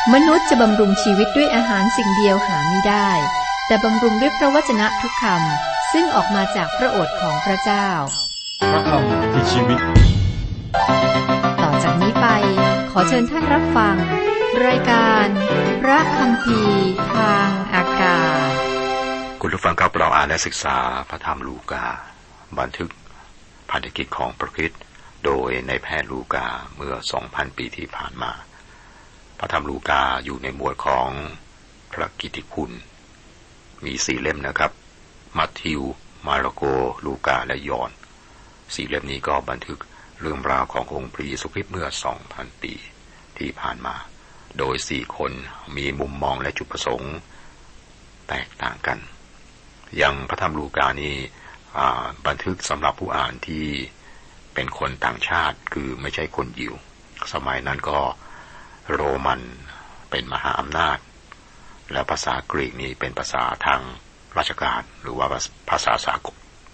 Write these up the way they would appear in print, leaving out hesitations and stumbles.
มนุษย์จะบำรุงชีวิตด้วยอาหารสิ่งเดียวหาไม่ได้แต่บำรุงด้วยพระวจนะทุกคำซึ่งออกมาจากพระโอษฐ์ของพระเจ้าพระคำคือชีวิตต่อจากนี้ไปขอเชิญท่านรับฟังรายการพระคัมภีร์ทางอากาศคุณผู้ฟังครับเราอ่านและศึกษาพระธรรมลูกาบันทึกพันธกิจของพระคริสต์โดยในแพทย์ลูกาเมื่อ 2,000 ปีที่ผ่านมาพระธรรมลูกาอยู่ในหมวดของพระกิตติคุณมี4เล่มนะครับมัทธิวมาระโกลูกาและยอห์น4เล่มนี้ก็บันทึกเรื่องราวขององค์พระเยซูคริสต์เมื่อ 2,000 ปีที่ผ่านมาโดย4คนมีมุมมองและจุดประสงค์แตกต่างกันอย่างพระธรรมลูกานี้บันทึกสำหรับผู้อ่านที่เป็นคนต่างชาติคือไม่ใช่คนยิวสมัยนั้นก็โรมันเป็นมหาอำนาจและภาษากรีกนี้เป็นภาษาทางราชการหรือว่าภาษาสากล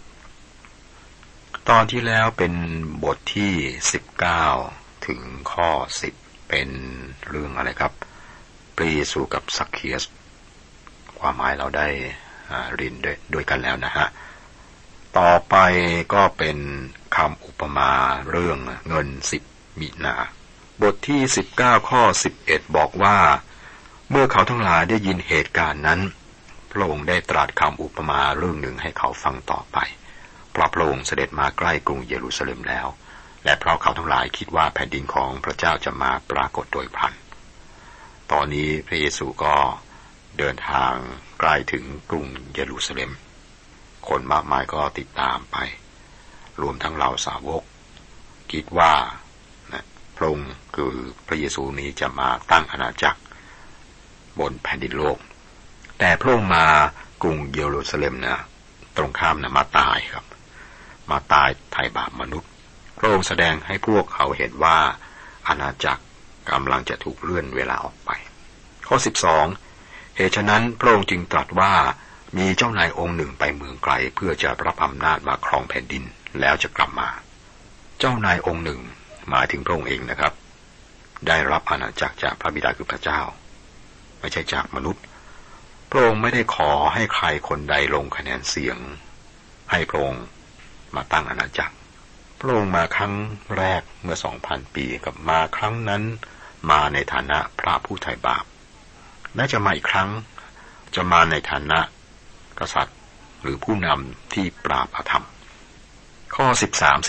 ตอนที่แล้วเป็นบทที่19ถึงข้อ10เป็นเรื่องอะไรครับพระเยซูกับซักเคียสความหมายเราได้เรียนด้วยกันแล้วนะฮะต่อไปก็เป็นคำอุปมาเรื่องเงิน10มินาบทที่19ข้อ11บอกว่าเมื่อเขาทั้งหลายได้ยินเหตุการณ์นั้นพระองค์ได้ตรัสคำอุปมาเรื่องหนึ่งให้เขาฟังต่อไปเพราะพระองค์เสด็จมาใกล้กรุงเยรูซาเล็มแล้วและเพราะเขาทั้งหลายคิดว่าแผ่นดินของพระเจ้าจะมาปรากฏโดยพลันตอนนี้พระเยซูก็เดินทางใกล้ถึงกรุงเยรูซาเล็มคนมากมายก็ติดตามไปรวมทั้งเหล่าสาวกคิดว่าพระองค์คือพระเยซูนี้จะมาตั้งอาณาจักรบนแผ่นดินโลกแต่พระองค์มากรุงเยรูซาเล็มนะตรงข้ามนะมาตายครับมาตายไถ่บาปมนุษย์พระองค์แสดงให้พวกเขาเห็นว่าอาณาจักรกำลังจะถูกเลื่อนเวลาออกไปข้อ12เหตุฉะนั้นพระองค์จึงตรัสว่ามีเจ้านายองค์หนึ่งไปเมืองไกลเพื่อจะรับอำนาจมาครองแผ่นดินแล้วจะกลับมาเจ้านายองค์หนึ่งหมายถึงพระองค์เองนะครับได้รับอาณาจักรจากพระบิดาคือพระเจ้าไม่ใช่จากมนุษย์พระองค์ไม่ได้ขอให้ใครคนใดลงคะแนนเสียงให้พระองค์มาตั้งอาณาจักรพระองค์มาครั้งแรกเมื่อ 2,000 ปีกับมาครั้งนั้นมาในฐานะพระผู้ไถ่บาปและจะมาอีกครั้งจะมาในฐานะกษัตริย์หรือผู้นำที่ปราบอธรรมข้อ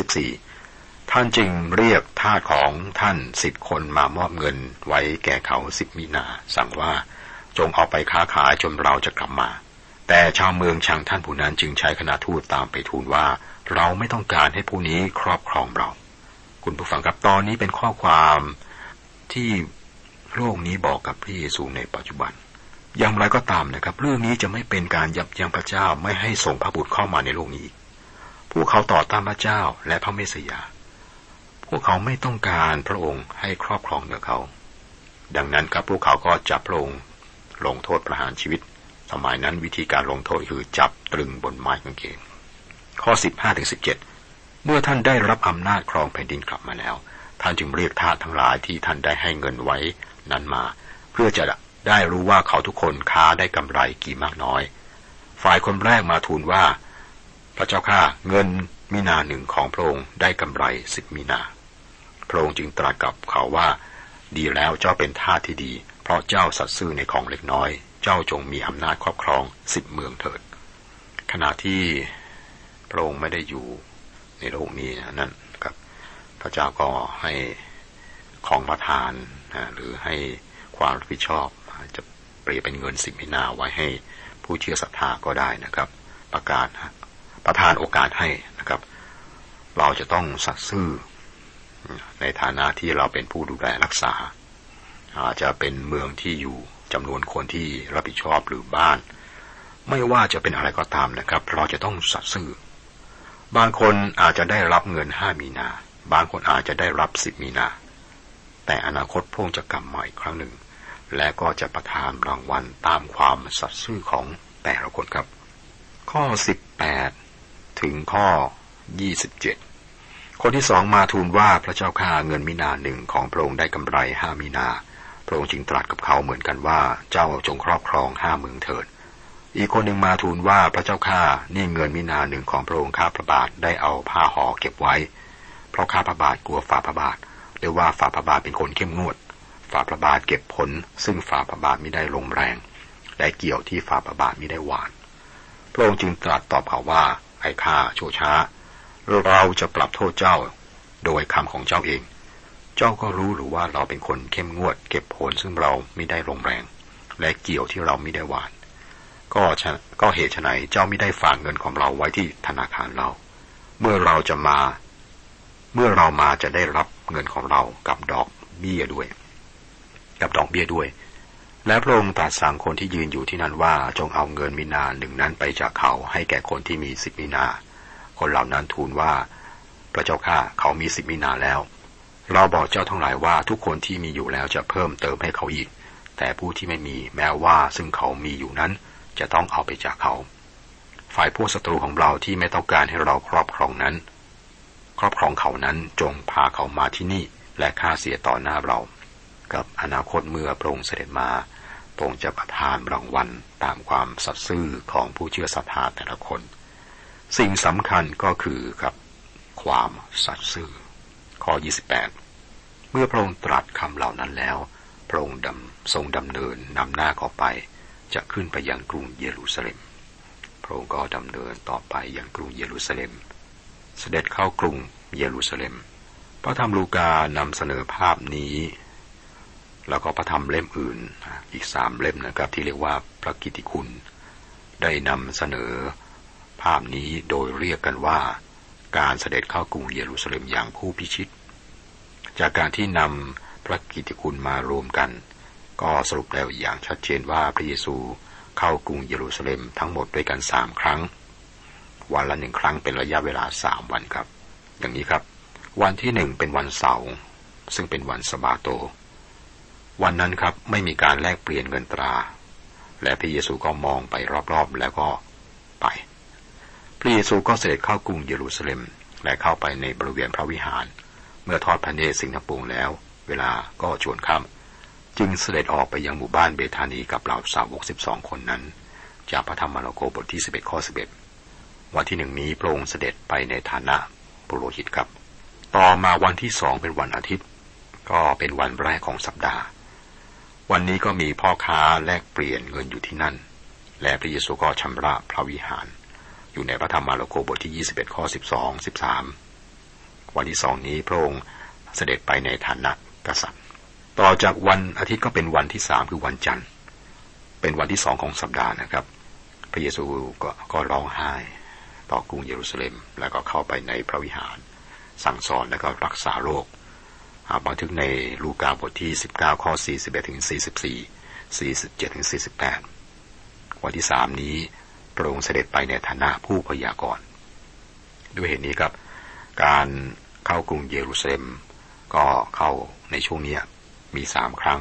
13-14ท่านจึงเรียกทาสของท่าน10 คนมามอบเงินไว้แก่เขา10 มินาสั่งว่าจงเอาไปค้าขายจนเราจะกลับมาแต่ชาวเมืองชังท่านผู้นั้นจึงใช้คณะทูตตามไปทูลว่าเราไม่ต้องการให้ผู้นี้ครอบครองเราคุณผู้ฟังครับตอนนี้เป็นข้อความที่โลกนี้บอกกับพระเยซูในปัจจุบันอย่างไรก็ตามนะครับเรื่องนี้จะไม่เป็นการยับยั้งพระเจ้าไม่ให้ส่งพระบุตรเข้ามาในโลกนี้พวกเขาต่อต้านพระเจ้าและพระเมสสิยาพวกเขาไม่ต้องการพระองค์ให้ครอบครองเหนือเขาดังนั้นครับพวกเขาก็จับพระองค์ลงโทษประหารชีวิตสมัยนั้นวิธีการลงโทษคือจับตรึงบนไม้กางเขนข้อ15-17เมื่อท่านได้รับอำนาจครองแผ่นดินกลับมาแล้วท่านจึงเรียกทาสทั้งหลายที่ท่านได้ให้เงินไว้นั้นมาเพื่อจะได้รู้ว่าเขาทุกคนค้าได้กำไรกี่มากน้อยฝ่ายคนแรกมาทูลว่าพระเจ้าข้าเงินมินาหนึ่งของพระองค์ได้กำไร10 มินาพระองค์จึงตรัสกับเขาว่าดีแล้วเจ้าเป็นทาสที่ดีเพราะเจ้าสัตย์ซื่อในของเล็กน้อยเจ้าจงมีอำนาจครอบครอง10 เมืองเถิดขณะที่พระองค์ไม่ได้อยู่ในโลกนี้นั่นครับพระเจ้าก็ให้ของประทานหรือให้ความรับผิดชอบจะเปรียบเป็นเงิน10 มินาไว้ให้ผู้เชื่อศรัทธาก็ได้นะครับประทานโอกาสให้นะครับเราจะต้องสัตย์ซื่อในฐานะที่เราเป็นผู้ดูแลรักษาอาจจะเป็นเมืองที่อยู่จำนวนคนที่รับผิดชอบหรือบ้านไม่ว่าจะเป็นอะไรก็ตามนะครับเราจะต้องสัตย์ซื่อบางคนอาจจะได้รับเงิน5 มีนาบางคนอาจจะได้รับ10 มีนาแต่อนาคตพระองค์จะกลับมาอีกครั้งหนึ่งและก็จะประทานรางวัลตามความสัตย์ซื่อของแต่ละคนครับข้อ18ถึงข้อ27คนที่2มาทูลว่าพระเจ้าข้าเงินมินาหนึ่งของพระองค์ได้กำไร5 มีนาพระองค์จึงตรัสกับเขาเหมือนกันว่าเจ้าจงครอบครอง5 เมืองเถิดอีกคนหนึ่งมาทูลว่าพระเจ้าข้านี่เงินมินาหนึ่งของพระองค์ข้าพระบาทได้เอาผ้าห่อเก็บไว้เพราะข้าพระบาทกลัวฝ่าพระบาทเรียกว่าฝ่าพระบาทเป็นคนเข้มงวดฝ่าพระบาทเก็บผลซึ่งฝ่าพระบาทมิได้ลงแรงและเกี่ยวที่ฝ่าพระบาทมิได้หวานพระองค์จึงตรัสตอบเขาว่าไอ้ข้าชั่วช้าเราจะปรับโทษเจ้าโดยคำของเจ้าเองเจ้าก็รู้หรือว่าเราเป็นคนเข้มงวดเก็บผลซึ่งเราไม่ได้ลงแรงและเกี่ยวที่เราไม่ได้หวานก็เหตุไฉนเจ้าไม่ได้ฝากเงินของเราไว้ที่ธนาคารเราเมื่อเรามาจะได้รับเงินของเรากับดอกเบี้ยด้วยและพระองค์ตรัสสั่งคนที่ยืนอยู่ที่นั่นว่าจงเอาเงินมินาหนึ่งนั้นไปจากเขาให้แก่คนที่มี10 มินาคนเหล่านั้นทูลว่าพระเจ้าข้าเขามี10 มินาแล้วเราบอกเจ้าทั้งหลายว่าทุกคนที่มีอยู่แล้วจะเพิ่มเติมให้เขาอีกแต่ผู้ที่ไม่มีแม้ว่าซึ่งเขามีอยู่นั้นจะต้องเอาไปจากเขาฝ่ายพวกศัตรูของเราที่ไม่ต้องการให้เราครอบครองเขานั้นจงพาเขามาที่นี่และฆ่าเสียต่อหน้าเรากับอนาคตเมื่อพระองค์เสด็จมาพระองค์จะประทานรางวัลตามความสัตย์ซื่อของผู้เชื่อศรัทธาแต่ละคนสิ่งสำคัญก็คือกับความสัตย์ซื่อข้อ 28เมื่อพระองค์ตรัสคำเหล่านั้นแล้วพระองค์ทรงดำเนินนำหน้าเขาไปจะขึ้นไปยังกรุงเยรูซาเล็มพระองค์ก็ดำเนินต่อไปยังกรุงเยรูซาเล็มเสด็จเข้ากรุงเยรูซาเล็มพระธรรมลูกานำเสนอภาพนี้แล้วก็พระธรรมเล่มอื่นอีก3 เล่มนะครับที่เรียกว่าพระกิตติคุณได้นำเสนอภาพนี้โดยเรียกกันว่าการเสด็จเข้ากรุงเยรูซาเล็มอย่างผู้พิชิตจากการที่นำพระกิตติคุณมารวมกันก็สรุปแล้วอย่างชัดเจนว่าพระเยซูเข้ากรุงเยรูซาเล็มทั้งหมดด้วยกัน3 ครั้งวันละ1 ครั้งเป็นระยะเวลา3 วันครับอย่างนี้ครับวันที่1เป็นวันเสาร์ซึ่งเป็นวันสะบาโตวันนั้นครับไม่มีการแลกเปลี่ยนเงินตราและพระเยซูก็มองไปรอบๆแล้วก็ไปพระเยซูก็เสด็จเข้ากรุงเยรูซาเล็มและเข้าไปในบริเวณพระวิหารเมื่อทอดพระเนตรสิ่งทั้งปวงแล้วเวลาก็จวนค่ำจึงเสด็จออกไปยังหมู่บ้านเบธานีกับเหล่าสาวก12 คนนั้นจากพระธรรมมาระโกบทที่11ข้อ11วันที่1นี้พระองค์เสด็จไปในฐานะปุโรหิตครับต่อมาวันที่2เป็นวันอาทิตย์ก็เป็นวันแรกของสัปดาห์วันนี้ก็มีพ่อค้าแลกเปลี่ยนเงินอยู่ที่นั่นและพระเยซูก็ชำระพระวิหารอยู่ในพระธรรมมาระโกบทที่21ข้อ12 13วันที่2นี้พระองค์เสด็จไปในฐานะกษัตริย์ต่อจากวันอาทิตย์ก็เป็นวันที่3คือวันจันทร์เป็นวันที่2ของสัปดาห์นะครับพระเยซูก็ร้องไห้ต่อกรุงเยรูซาเล็มแล้วก็เข้าไปในพระวิหารสั่งสอนและก็รักษาโรคบันทึกในลูกาบทที่19ข้อ41ถึง44 47ถึง48วันที่3นี้พระองค์เสด็จไปในฐานะผู้พยากรณ์ด้วยเหตุนี้ครับการเข้ากรุงเยรูซาเล็มก็เข้าในช่วงนี้มี3 ครั้ง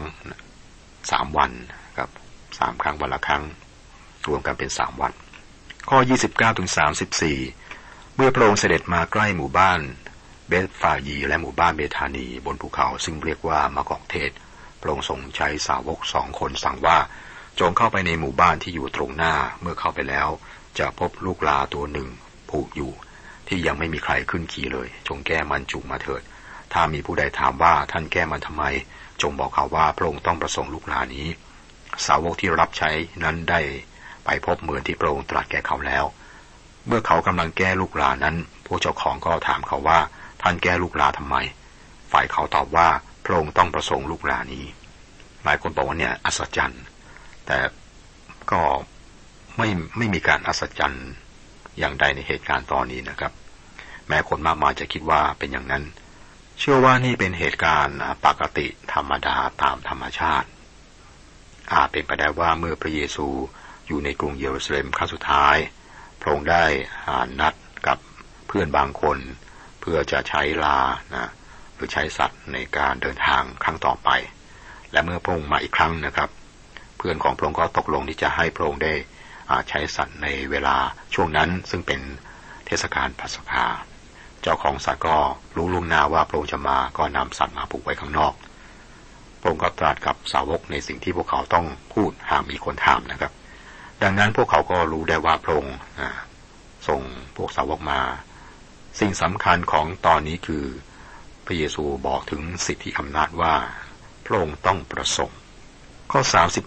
3 วันครับ3 ครั้งวันละครั้งรวมกันเป็น3 วันข้อ29ถึง34เมื่อพระองค์เสด็จมาใกล้หมู่บ้านเบธฟายีและหมู่บ้านเบธานีบนภูเขาซึ่งเรียกว่ามะกอกเทศพระองค์ทรงใช้สาวก2 คนสั่งว่าจงเข้าไปในหมู่บ้านที่อยู่ตรงหน้าเมื่อเข้าไปแล้วจะพบลูกลาตัวหนึ่งผูกอยู่ที่ยังไม่มีใครขึ้นขี่เลยจงแก้มันจูงมาเถิดถ้ามีผู้ใดถามว่าท่านแก้มันทำไมจงบอกเขาว่าพระองค์ต้องประสงค์ลูกลานี้สาวกที่รับใช้นั้นได้ไปพบเหมือนที่พระองค์ตรัสแก่เขาแล้วเมื่อเขากำลังแก้ลูกลานั้นพวกเจ้าของก็ถามเขาว่าท่านแก้ลูกลาทำไมฝ่ายเขาตอบว่าพระองค์ต้องประสงค์ลูกลานี้หลายคนบอกว่าเนี่ยอัศจรรย์แต่ก็ไม่มีการอัศจรรย์อย่างใดในเหตุการณ์ตอนนี้นะครับแม้คนมากมายจะคิดว่าเป็นอย่างนั้นเชื่อว่านี่เป็นเหตุการณ์ปกติธรรมดาตามธรรมชาติเป็นไปได้ว่าเมื่อพระเยซูอยู่ในกรุงเยรูซาเล็มครั้งสุดท้ายพระองค์ได้นัดกับเพื่อนบางคนเพื่อจะใช้ลาหรือใช้สัตว์ในการเดินทางครั้งต่อไปและเมื่อพระองค์มาอีกครั้งนะครับเพื่อนของพระองค์ก็ตกลงที่จะให้พระองค์ได้ใช้สัตว์ในเวลาช่วงนั้นซึ่งเป็นเทศกาลปัสกาเจ้าของสัตว์ก็รู้ล่วงหน้าว่าพระองค์จะมาก็นำสัตว์มาผูกไว้ข้างนอกพระองค์ก็ตรัสกับสาวกในสิ่งที่พวกเขาต้องพูดหากมีคนถามนะครับดังนั้นพวกเขาก็รู้ได้ว่าพระองค์ส่งพวกสาวกมาสิ่งสำคัญของตอนนี้คือพระเยซูบอกถึงสิทธิอำนาจว่าพระองค์ต้องประสงค์ข้อ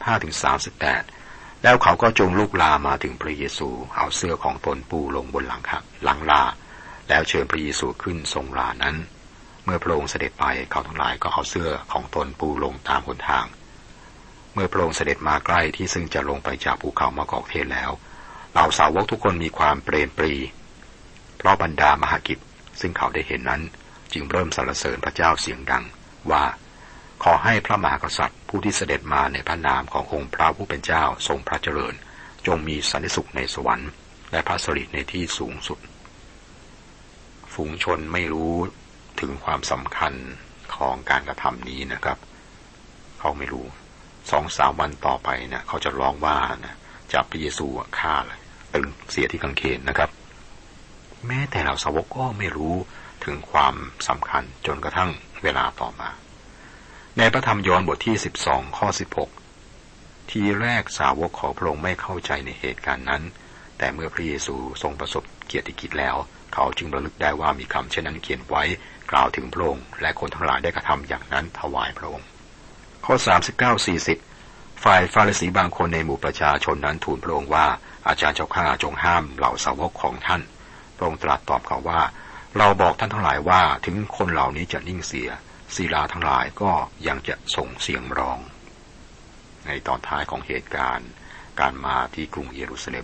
35-38 แล้วเขาก็จงลุกลามาถึงพระเยซูเอาเสื้อของตนปูลงบนหลังลาแล้วเชิญพระเยซูขึ้นทรงลานั้นเมื่อพระองค์เสด็จไปเขาทั้งหลายก็เอาเสื้อของตนปูลงตามหนทางเมื่อพระองค์เสด็จมาใกล้ที่ซึ่งจะลงไปจากภูเขามะกอกเทศแล้วเหล่าสาวกทุกคนมีความเปรมปรีเพราะบรรดามหากิจซึ่งเขาได้เห็นนั้นจึงเริ่มสรรเสริญพระเจ้าเสียงดังว่าขอให้พระมหากษัตริย์ผู้ที่เสด็จมาในพระนามขององค์พระผู้เป็นเจ้าทรงพระเจริญจงมีสันติสุขในสวรรค์และพระสิริในที่สูงสุดฝูงชนไม่รู้ถึงความสำคัญของการกระทำนี้นะครับเขาไม่รู้ 2-3 วันต่อไปนะเขาจะร้องว่านะจับพระเยซูฆ่าเลยตึงเสียที่กางเขนนะครับแม้แต่เราสาวกก็ไม่รู้ถึงความสำคัญจนกระทั่งเวลาต่อมาในพระธรรมยอห์นบทที่12ข้อ16ทีแรกสาวกของพระองค์ไม่เข้าใจในเหตุการณ์นั้นแต่เมื่อพระเยซูทรงประสบเกียรติกิจแล้วเขาจึงระลึกได้ว่ามีคำเช่นนั้นเขียนไว้กล่าวถึงพระองค์และคนทั้งหลายได้กระทำอย่างนั้นถวายพระองค์ข้อ 39-40 ฝ่ายฟาริสีบางคนในหมู่ประชาชนนั้นทูลพระองค์ว่าอาจารย์เจ้าข้าจงห้ามเหล่าสาวกของท่านพระองค์ตรัสตอบเขาว่าเราบอกท่านทั้งหลายว่าถึงคนเหล่านี้จะนิ่งเสียศิลาทั้งหลายก็ยังจะส่งเสียงร้องในตอนท้ายของเหตุการณ์การมาที่กรุงเยรูซาเล็ม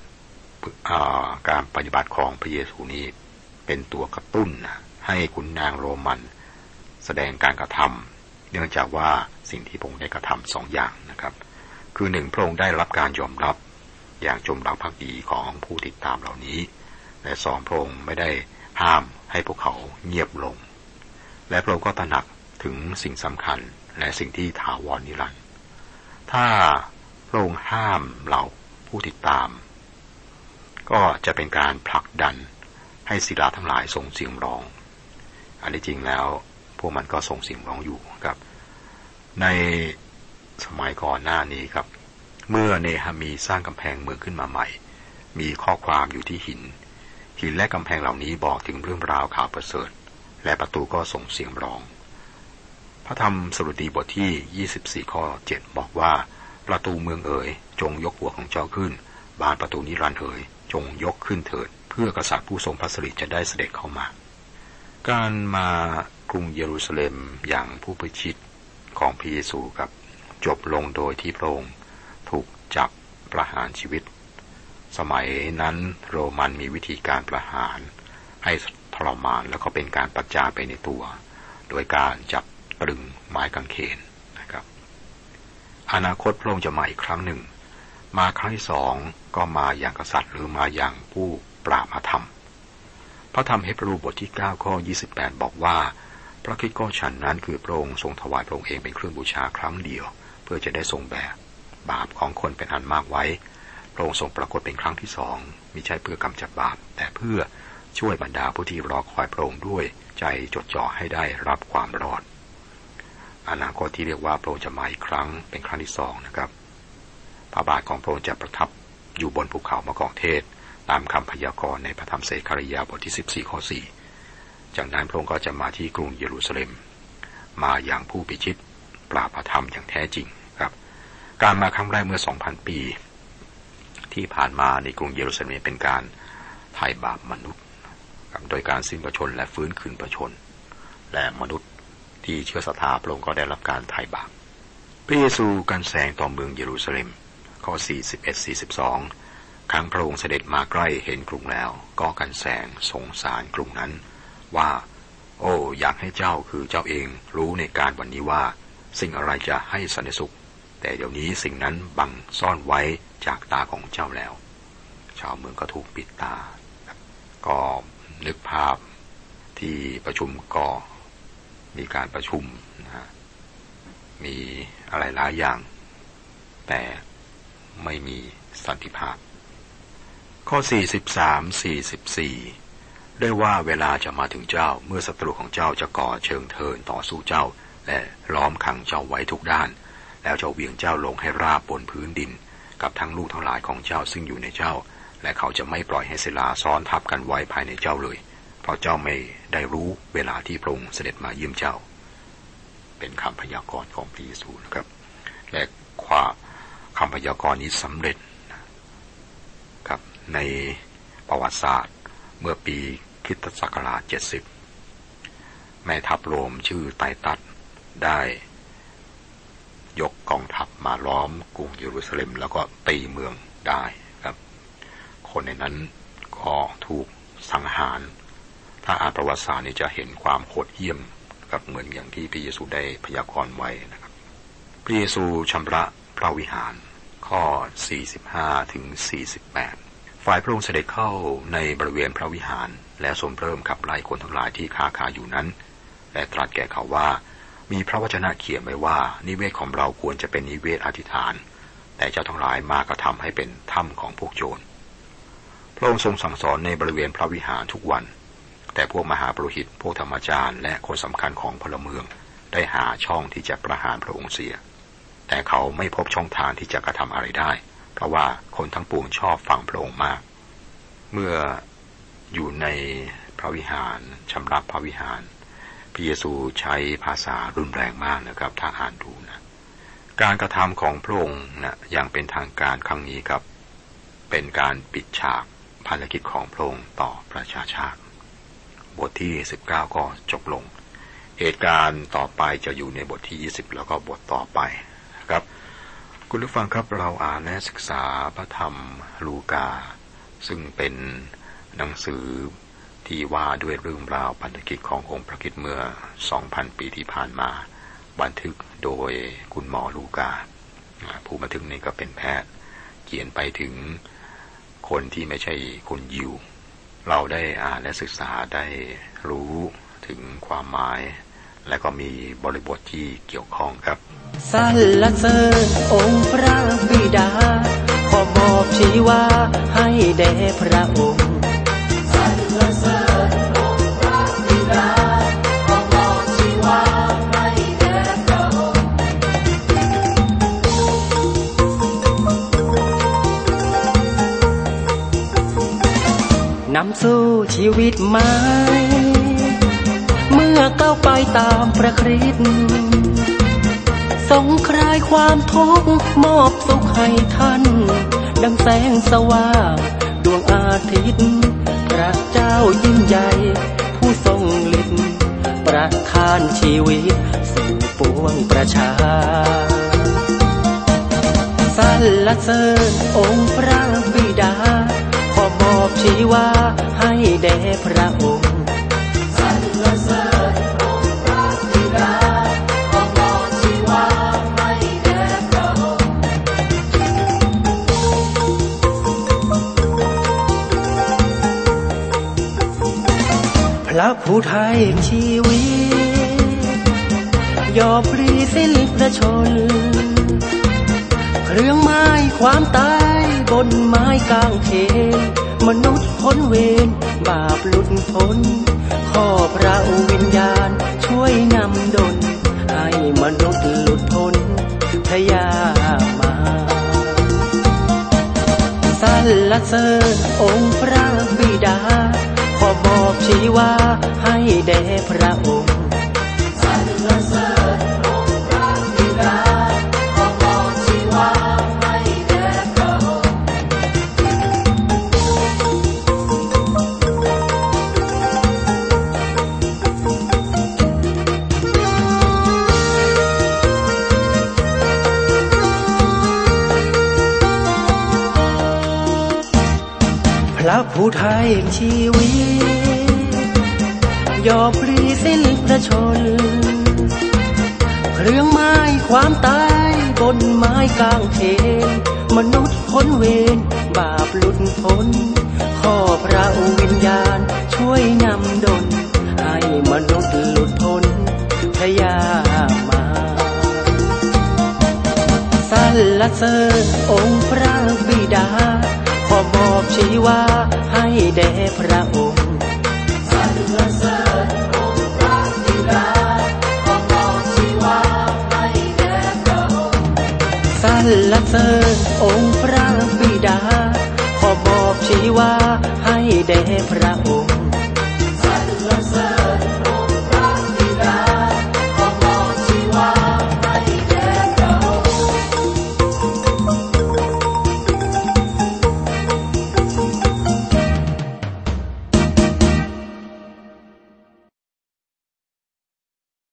การปฏิบัติของพระเยซูนี้เป็นตัวกระตุ้นให้ขุนนางโรมันแสดงการกระทำเนื่องจากว่าสิ่งที่พระองค์ได้กระทำ2 อย่างนะครับคือ1พระองค์ได้รับการยอมรับอย่างจงรักภักดีของผู้ติดตามเหล่านี้และ2พระองค์ไม่ได้ห้ามให้พวกเขาเงียบลงและพระองค์ก็ตระหนักถึงสิ่งสำคัญและสิ่งที่ถาวรนิรันดร์ถ้าพระองค์ห้ามเหล่าผู้ติดตามก็จะเป็นการผลักดันให้ศิลาทั้งหลายส่งเสียงร้องอันที่จริงแล้วพวกมันก็ส่งเสียงร้องอยู่ครับในสมัยก่อนหน้านี้ครับเมื่อเนหะมีสร้างกำแพงเมืองขึ้นมาใหม่มีข้อความอยู่ที่หินและกำแพงเหล่านี้บอกถึงเรื่องราวข่าวประเสริฐและประตูก็ส่งเสียงร้องพระธรรมสดุดีบทที่24ข้อ7บอกว่าประตูเมืองเอ๋ยจงยกหัวของเจ้าขึ้นบานประตูนิรันดร์เอ๋ยจงยกขึ้นเถิดเพื่อกษัตริย์ผู้ทรงพระสิริจะได้เสด็จเข้ามาการมากรุงเยรูซาเล็มอย่างผู้ประชิดของพระเยซูครับจบลงโดยที่พระองค์ถูกจับประหารชีวิตสมัยนั้นโรมันมีวิธีการประหารให้ทรมานแล้วก็เป็นการประจานไปในตัวโดยการจับตรึงไม้กางเขนนะครับอนาคตพระองค์จะมาอีกครั้งหนึ่งมาครั้งที่2ก็มาอย่างกษัตริย์หรือมาอย่างผู้ปราบอาธรรมพระธรรมเฮบรูบทที่9ข้อ28บอกว่าพระคริสต์ก็ฉันนั้นคือพระองค์ทรงถวายพระองค์เองเป็นเครื่องบูชาครั้งเดียวเพื่อจะได้ทรงแบกบาปของคนเป็นอันมากไว้พระองค์ทรงปรากฏเป็นครั้งที่2มิใช่เพื่อกำจัดบาปแต่เพื่อช่วยบรรดาผู้ที่รอคอยพระองค์ด้วยใจจดจ่อให้ได้รับความรอดอนาคตที่เรียกว่าพระองค์จะมาอีกครั้งเป็นครั้งที่2นะครับพระบาทของพระองค์จะประทับอยู่บนภูเขามะกอกเทศตามคำพยากรณ์ในพระธรรมเสคาริยาบทที่14ข้อ4จากนั้นพระองค์ก็จะมาที่กรุงเยรูซาเล็มมาอย่างผู้พิชิตปราบอาธรรมอย่างแท้จริงครับการมาครั้งแรกเมื่อ 2,000 ปีที่ผ่านมาในกรุงเยรูซาเล็มเป็นการไถ่บาปมนุษย์โดยการสิ้นพระชนม์และฟื้นคืนพระชนม์และมนุษย์ที่เชื่อศรัทธาพระองค์ก็ได้รับการไถ่บาปพระเยซูกันแสงต่อเมืองเยรูซาเล็มข้อ 41-42 ครั้งพระองค์เสด็จมาใกล้เห็นกรุงแล้วก็กันแสงสงสารกรุงนั้นว่าโอ้อยากให้เจ้าคือเจ้าเองรู้ในการวันนี้ว่าสิ่งอะไรจะให้สันติสุขแต่เดี๋ยวนี้สิ่งนั้นบังซ่อนไว้จากตาของเจ้าแล้วชาวเมืองก็ถูกปิดตาก็นึกภาพที่ประชุมก็มีการประชุมนะมีอะไรหลายอย่างแต่ไม่มีสันติภาพข้อ 43-44 ได้ว่าเวลาจะมาถึงเจ้าเมื่อศัตรูของเจ้าจะก่อเชิงเทินต่อสู้เจ้าและล้อมขังเจ้าไว้ทุกด้านแล้วเจ้าเหวี่ยงเจ้าลงให้ราบบนพื้นดินกับทั้งลูกทั้งหลายของเจ้าซึ่งอยู่ในเจ้าและเขาจะไม่ปล่อยให้ศิลาซ้อนทับกันไว้ภายในเจ้าเลยเพราะเจ้าไม่ได้รู้เวลาที่พระองค์เสด็จมาเยี่ยมเจ้าเป็นคำพยากรณ์ของพระเยซูนะครับและคำพยากรณ์นี้สำเร็จครับในประวัติศาสตร์เมื่อปีคริสตศักราช70แม่ทัพโรมชื่อไตตัสได้ยกกองทัพมาล้อมกรุงเยรูซาเล็มแล้วก็ตีเมืองได้ครับคนในนั้นก็ถูกสังหารถ้าอ่านประวัติศาสตร์นี่จะเห็นความโหดเหี้ยมกับเหมือนอย่างที่พระเยซูได้พยากรณ์ไว้นะครับพระเยซูชำระพระวิหารข้อ45ถึง48ฝ่ายพระองค์เสด็จเข้าในบริเวณพระวิหารและทรงเริ่มขับไล่คนทั้งหลายที่ค้าขายอยู่นั้นและตรัสแก่เขาว่ามีพระวจนะเขียนไว้ว่านิเวศของเราควรจะเป็นนิเวศอธิษฐานแต่เจ้าทั้งหลายมากระทำให้เป็นถ้ำของพวกโจรพระองค์ทรงสั่งสอนในบริเวณพระวิหารทุกวันแต่พวกมหาปุโรหิตพวกธรรมจารย์และคนสำคัญของพลเมืองได้หาช่องที่จะประหารพระองค์เสียแต่เขาไม่พบช่องทางที่จะกระทำอะไรได้เพราะว่าคนทั้งปวงชอบฟังพระองค์มากเมื่ออยู่ในพระวิหารชำระพระวิหารพระเยซูใช้ภาษารุนแรงมากนะครับถ้าอ่านดูนะการกระทำของพระองค์นะอย่างเป็นทางการครั้งนี้ครับเป็นการปิดฉากภารกิจของพระองค์ต่อประชาชาติบทที่19ก็จบลงเหตุการณ์ต่อไปจะอยู่ในบทที่20แล้วก็บทต่อไปนะครับคุณผู้ฟังครับเราอ่านและศึกษาพระธรรมลูกาซึ่งเป็นหนังสือที่ว่าด้วยเรื่องราวพันธกิจขององค์พระคริสต์เมื่อ 2,000 ปีที่ผ่านมาบันทึกโดยคุณหมอลูกาผู้บันทึกนี้ก็เป็นแพทย์เขียนไปถึงคนที่ไม่ใช่คนยิวเราได้อ่านและศึกษาได้รู้ถึงความหมายและก็มีบริบทที่เกี่ยวข้องครับสรรเสริญองค์พระบิดาขอมอบชีวาให้แด่พระองค์สรรเสริญองค์พระบิดาขอมอบชีวาให้แด่พระองค์นำสู่ชีวิตใหม่เมื่อก้าวไปตามพระคริสต์ทรงคลายความทุกข์มอบสุขให้ท่านดังแสงสว่างดวงอาทิตย์พระเจ้ายิ่งใหญ่ผู้ทรงฤทธิ์ประทานชีวิตสู่ปวงประชาสรรเสริญองค์พระบิดาขอมอบชีวาให้แด่พระองค์สรรเสริญองค์พระบิดาขอมอบชีวาให้แด่พระองค์พระผู้ไถ่ชีวิตยอมพลีสิ้นพระชนเครื่องไม้ความตายบนไม้กางเขนมนุษย์พ้นเวรบาปหลุดพ้นขอพระวิญญาณช่วยนำดลให้มนุษย์หลุดพ้นพระยามารสรรเสริญองค์พระบิดาขอมอบชีวาให้แด่พระองค์สรรเสริญองค์พระบิดาขอมอบชีวาให้แด่พระองค์พระผู้ไถ่ชีวิตยอมพลีสิ้นพระชนเครื่องไม้ความตายบนไม้กางเขนมนุษย์พ้นเวรบาปหลุดพ้นขอพระวิญญาณช่วยนำดลให้มนุษย์หลุดพ้นพระยามารสรรเสริญองค์พระบิดาขอมอบชีวาให้แด่พระองค์สรรเสริญองค์พระบิดาขอมอบชีวารรเสริญองค์พระบิดาขอมอบชีวาให้แด่พระองค์